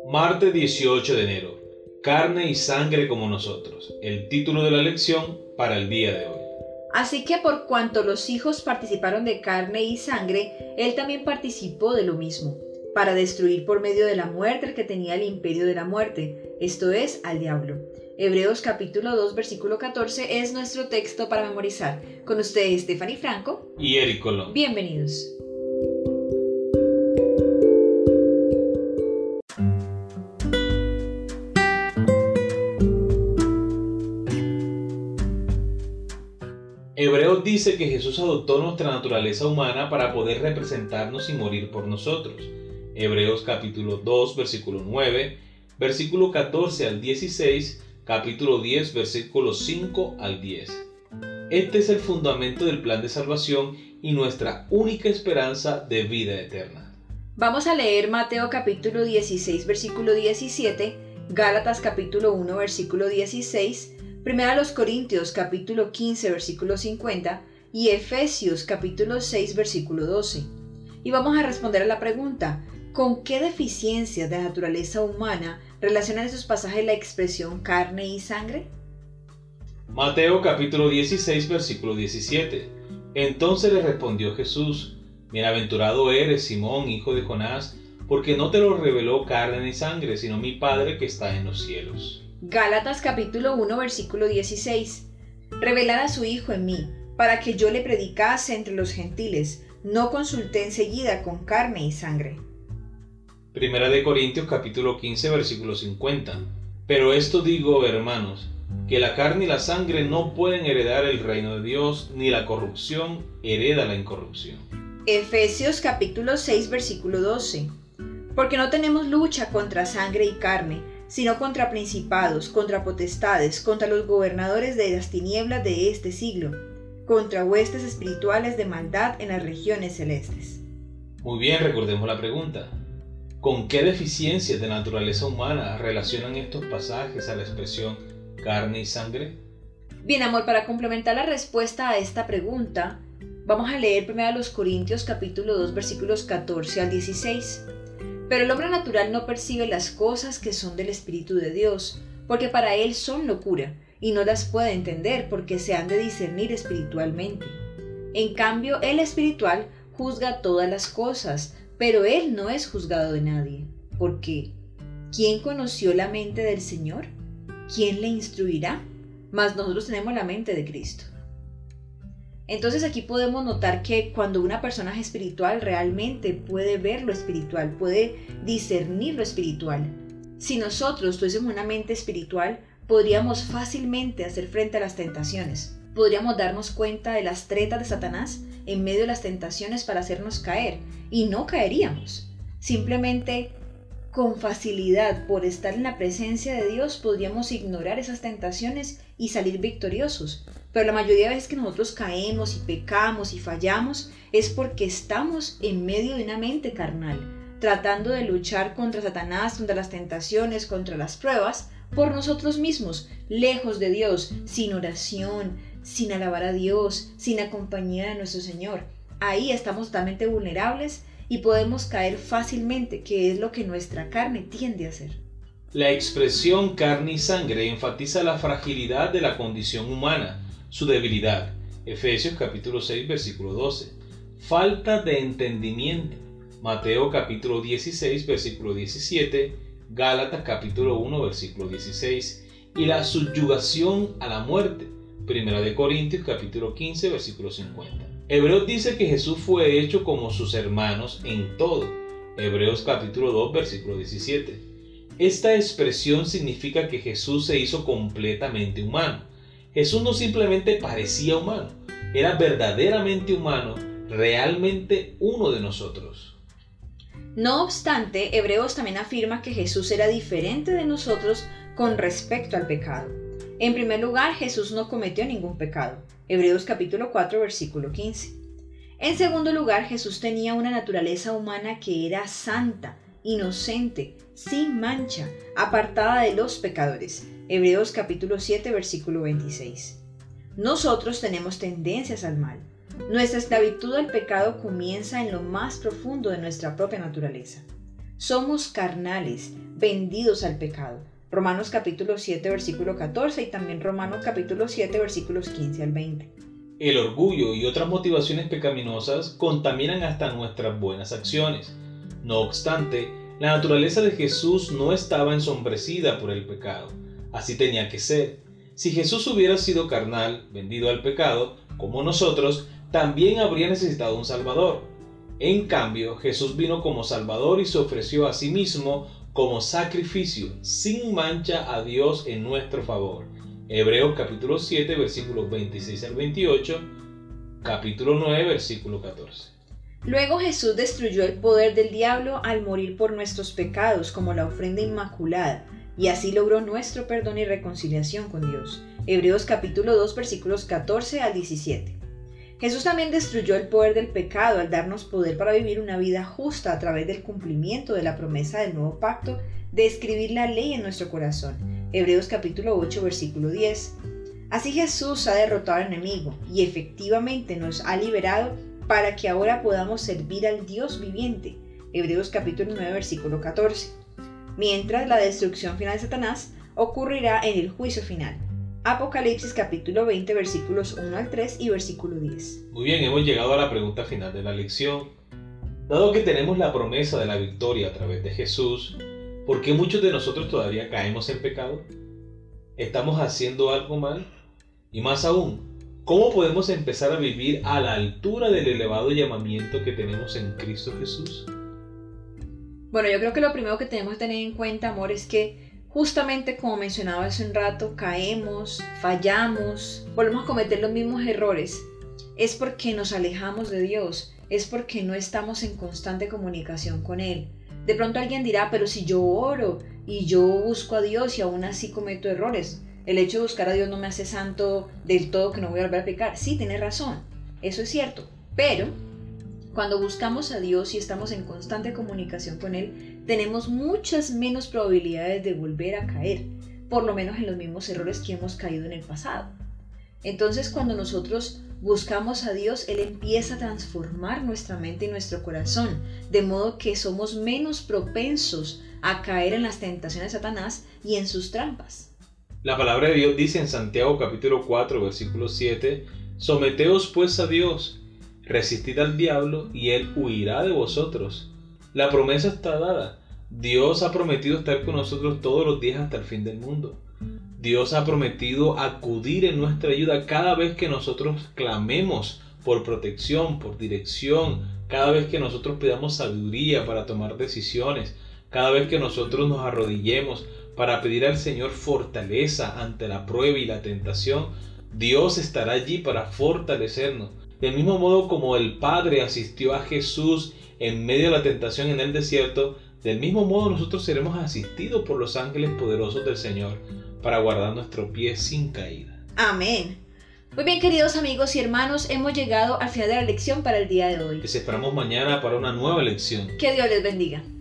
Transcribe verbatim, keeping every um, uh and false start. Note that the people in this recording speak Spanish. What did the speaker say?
Martes dieciocho de enero. Carne y sangre como nosotros. El título de la lección para el día de hoy. Así que por cuanto los hijos participaron de carne y sangre, él también participó de lo mismo, para destruir por medio de la muerte al que tenía el imperio de la muerte, esto es, al diablo. Hebreos capítulo dos, versículo catorce es nuestro texto para memorizar. Con ustedes, Stephanie Franco y Eric Colón. Bienvenidos. Hebreos dice que Jesús adoptó nuestra naturaleza humana para poder representarnos y morir por nosotros. Hebreos capítulo dos, versículo nueve, versículo catorce al dieciséis, capítulo diez, versículos cinco al diez. Este es el fundamento del plan de salvación y nuestra única esperanza de vida eterna. Vamos a leer Mateo capítulo dieciséis, versículo diecisiete, Gálatas capítulo uno, versículo dieciséis, Primera a los Corintios capítulo quince, versículo cincuenta y Efesios capítulo seis, versículo doce. Y vamos a responder a la pregunta: ¿con qué deficiencias de la naturaleza humana relacionan esos pasajes la expresión carne y sangre? Mateo capítulo dieciséis, versículo diecisiete. Entonces le respondió Jesús: Bienaventurado eres, Simón, hijo de Jonás, porque no te lo reveló carne ni sangre, sino mi Padre que está en los cielos. Gálatas capítulo uno, versículo dieciséis. Revelar a su Hijo en mí, para que yo le predicase entre los gentiles, no consulté enseguida con carne y sangre. Primera de Corintios capítulo quince, versículo cincuenta. Pero esto digo, hermanos, que la carne y la sangre no pueden heredar el reino de Dios, ni la corrupción hereda la incorrupción. Efesios capítulo seis, versículo doce. Porque no tenemos lucha contra sangre y carne, sino contra principados, contra potestades, contra los gobernadores de las tinieblas de este siglo, contra huestes espirituales de maldad en las regiones celestes. Muy bien, recordemos la pregunta. ¿Con qué deficiencias de naturaleza humana relacionan estos pasajes a la expresión carne y sangre? Bien, amor, para complementar la respuesta a esta pregunta, vamos a leer primero a los Corintios capítulo dos, versículos catorce al dieciséis. Pero el hombre natural no percibe las cosas que son del Espíritu de Dios, porque para él son locura, y no las puede entender porque se han de discernir espiritualmente. En cambio, el espiritual juzga todas las cosas, pero él no es juzgado de nadie. ¿Por qué? ¿Quién conoció la mente del Señor? ¿Quién le instruirá? Mas nosotros tenemos la mente de Cristo. Entonces aquí podemos notar que cuando una persona es espiritual realmente puede ver lo espiritual, puede discernir lo espiritual. Si nosotros tuviésemos una mente espiritual, podríamos fácilmente hacer frente a las tentaciones. Podríamos darnos cuenta de las tretas de Satanás en medio de las tentaciones para hacernos caer, y no caeríamos. Simplemente con facilidad, por estar en la presencia de Dios, podríamos ignorar esas tentaciones y salir victoriosos. Pero la mayoría de veces que nosotros caemos y pecamos y fallamos es porque estamos en medio de una mente carnal, tratando de luchar contra Satanás, contra las tentaciones, contra las pruebas, por nosotros mismos, lejos de Dios, sin oración, sin alabar a Dios, sin acompañar a nuestro Señor. Ahí estamos totalmente vulnerables y podemos caer fácilmente, que es lo que nuestra carne tiende a hacer. La expresión carne y sangre enfatiza la fragilidad de la condición humana, su debilidad. Efesios capítulo seis, versículo doce. Falta de entendimiento. Mateo capítulo dieciséis, versículo diecisiete. Gálatas capítulo uno, versículo dieciséis. Y la subyugación a la muerte. Primera de Corintios capítulo quince, versículo cincuenta. Hebreos dice que Jesús fue hecho como sus hermanos en todo. Hebreos capítulo dos, versículo diecisiete. Esta expresión significa que Jesús se hizo completamente humano. Jesús no simplemente parecía humano, era verdaderamente humano, realmente uno de nosotros. No obstante, Hebreos también afirma que Jesús era diferente de nosotros con respecto al pecado. En primer lugar, Jesús no cometió ningún pecado. Hebreos capítulo cuatro, versículo quince. En segundo lugar, Jesús tenía una naturaleza humana que era santa, inocente, sin mancha, apartada de los pecadores. Hebreos capítulo siete, versículo veintiséis. Nosotros tenemos tendencias al mal. Nuestra esclavitud al pecado comienza en lo más profundo de nuestra propia naturaleza. Somos carnales, vendidos al pecado. Romanos capítulo siete, versículo catorce y también Romanos capítulo siete, versículos quince al veinte. El orgullo y otras motivaciones pecaminosas contaminan hasta nuestras buenas acciones. No obstante, la naturaleza de Jesús no estaba ensombrecida por el pecado. Así tenía que ser. Si Jesús hubiera sido carnal, vendido al pecado, como nosotros, también habría necesitado un Salvador. En cambio, Jesús vino como Salvador y se ofreció a sí mismo como sacrificio, sin mancha a Dios en nuestro favor. Hebreos capítulo siete, versículos veintiséis al veintiocho, capítulo nueve, versículo catorce. Luego Jesús destruyó el poder del diablo al morir por nuestros pecados como la ofrenda inmaculada, y así logró nuestro perdón y reconciliación con Dios. Hebreos capítulo dos, versículos catorce al diecisiete. Jesús también destruyó el poder del pecado al darnos poder para vivir una vida justa a través del cumplimiento de la promesa del nuevo pacto de escribir la ley en nuestro corazón. Hebreos capítulo ocho, versículo diez. Así Jesús ha derrotado al enemigo y efectivamente nos ha liberado para que ahora podamos servir al Dios viviente. Hebreos capítulo nueve, versículo catorce. Mientras la destrucción final de Satanás ocurrirá en el juicio final. Apocalipsis capítulo veinte, versículos uno al tres y versículo diez. Muy bien, hemos llegado a la pregunta final de la lección. Dado que tenemos la promesa de la victoria a través de Jesús, ¿por qué muchos de nosotros todavía caemos en pecado? ¿Estamos haciendo algo mal? Y más aún, ¿cómo podemos empezar a vivir a la altura del elevado llamamiento que tenemos en Cristo Jesús? Bueno, yo creo que lo primero que tenemos que tener en cuenta, amor, es que justamente como mencionaba hace un rato, caemos, fallamos, volvemos a cometer los mismos errores. Es porque nos alejamos de Dios, es porque no estamos en constante comunicación con Él. De pronto alguien dirá, pero si yo oro y yo busco a Dios y aún así cometo errores, el hecho de buscar a Dios no me hace santo del todo que no voy a volver a pecar. Sí, tienes razón, eso es cierto, pero cuando buscamos a Dios y estamos en constante comunicación con Él, tenemos muchas menos probabilidades de volver a caer, por lo menos en los mismos errores que hemos caído en el pasado. Entonces, cuando nosotros buscamos a Dios, Él empieza a transformar nuestra mente y nuestro corazón, de modo que somos menos propensos a caer en las tentaciones de Satanás y en sus trampas. La palabra de Dios dice en Santiago capítulo cuatro, versículo siete, «Someteos pues a Dios, resistid al diablo y él huirá de vosotros». La promesa está dada. Dios ha prometido estar con nosotros todos los días hasta el fin del mundo. Dios ha prometido acudir en nuestra ayuda cada vez que nosotros clamemos por protección, por dirección, cada vez que nosotros pidamos sabiduría para tomar decisiones, cada vez que nosotros nos arrodillemos para pedir al Señor fortaleza ante la prueba y la tentación. Dios estará allí para fortalecernos. Del mismo modo como el Padre asistió a Jesús en medio de la tentación en el desierto, del mismo modo nosotros seremos asistidos por los ángeles poderosos del Señor para guardar nuestro pie sin caída. Amén. Muy bien, queridos amigos y hermanos, hemos llegado al final de la lección para el día de hoy. Les esperamos mañana para una nueva lección. Que Dios les bendiga.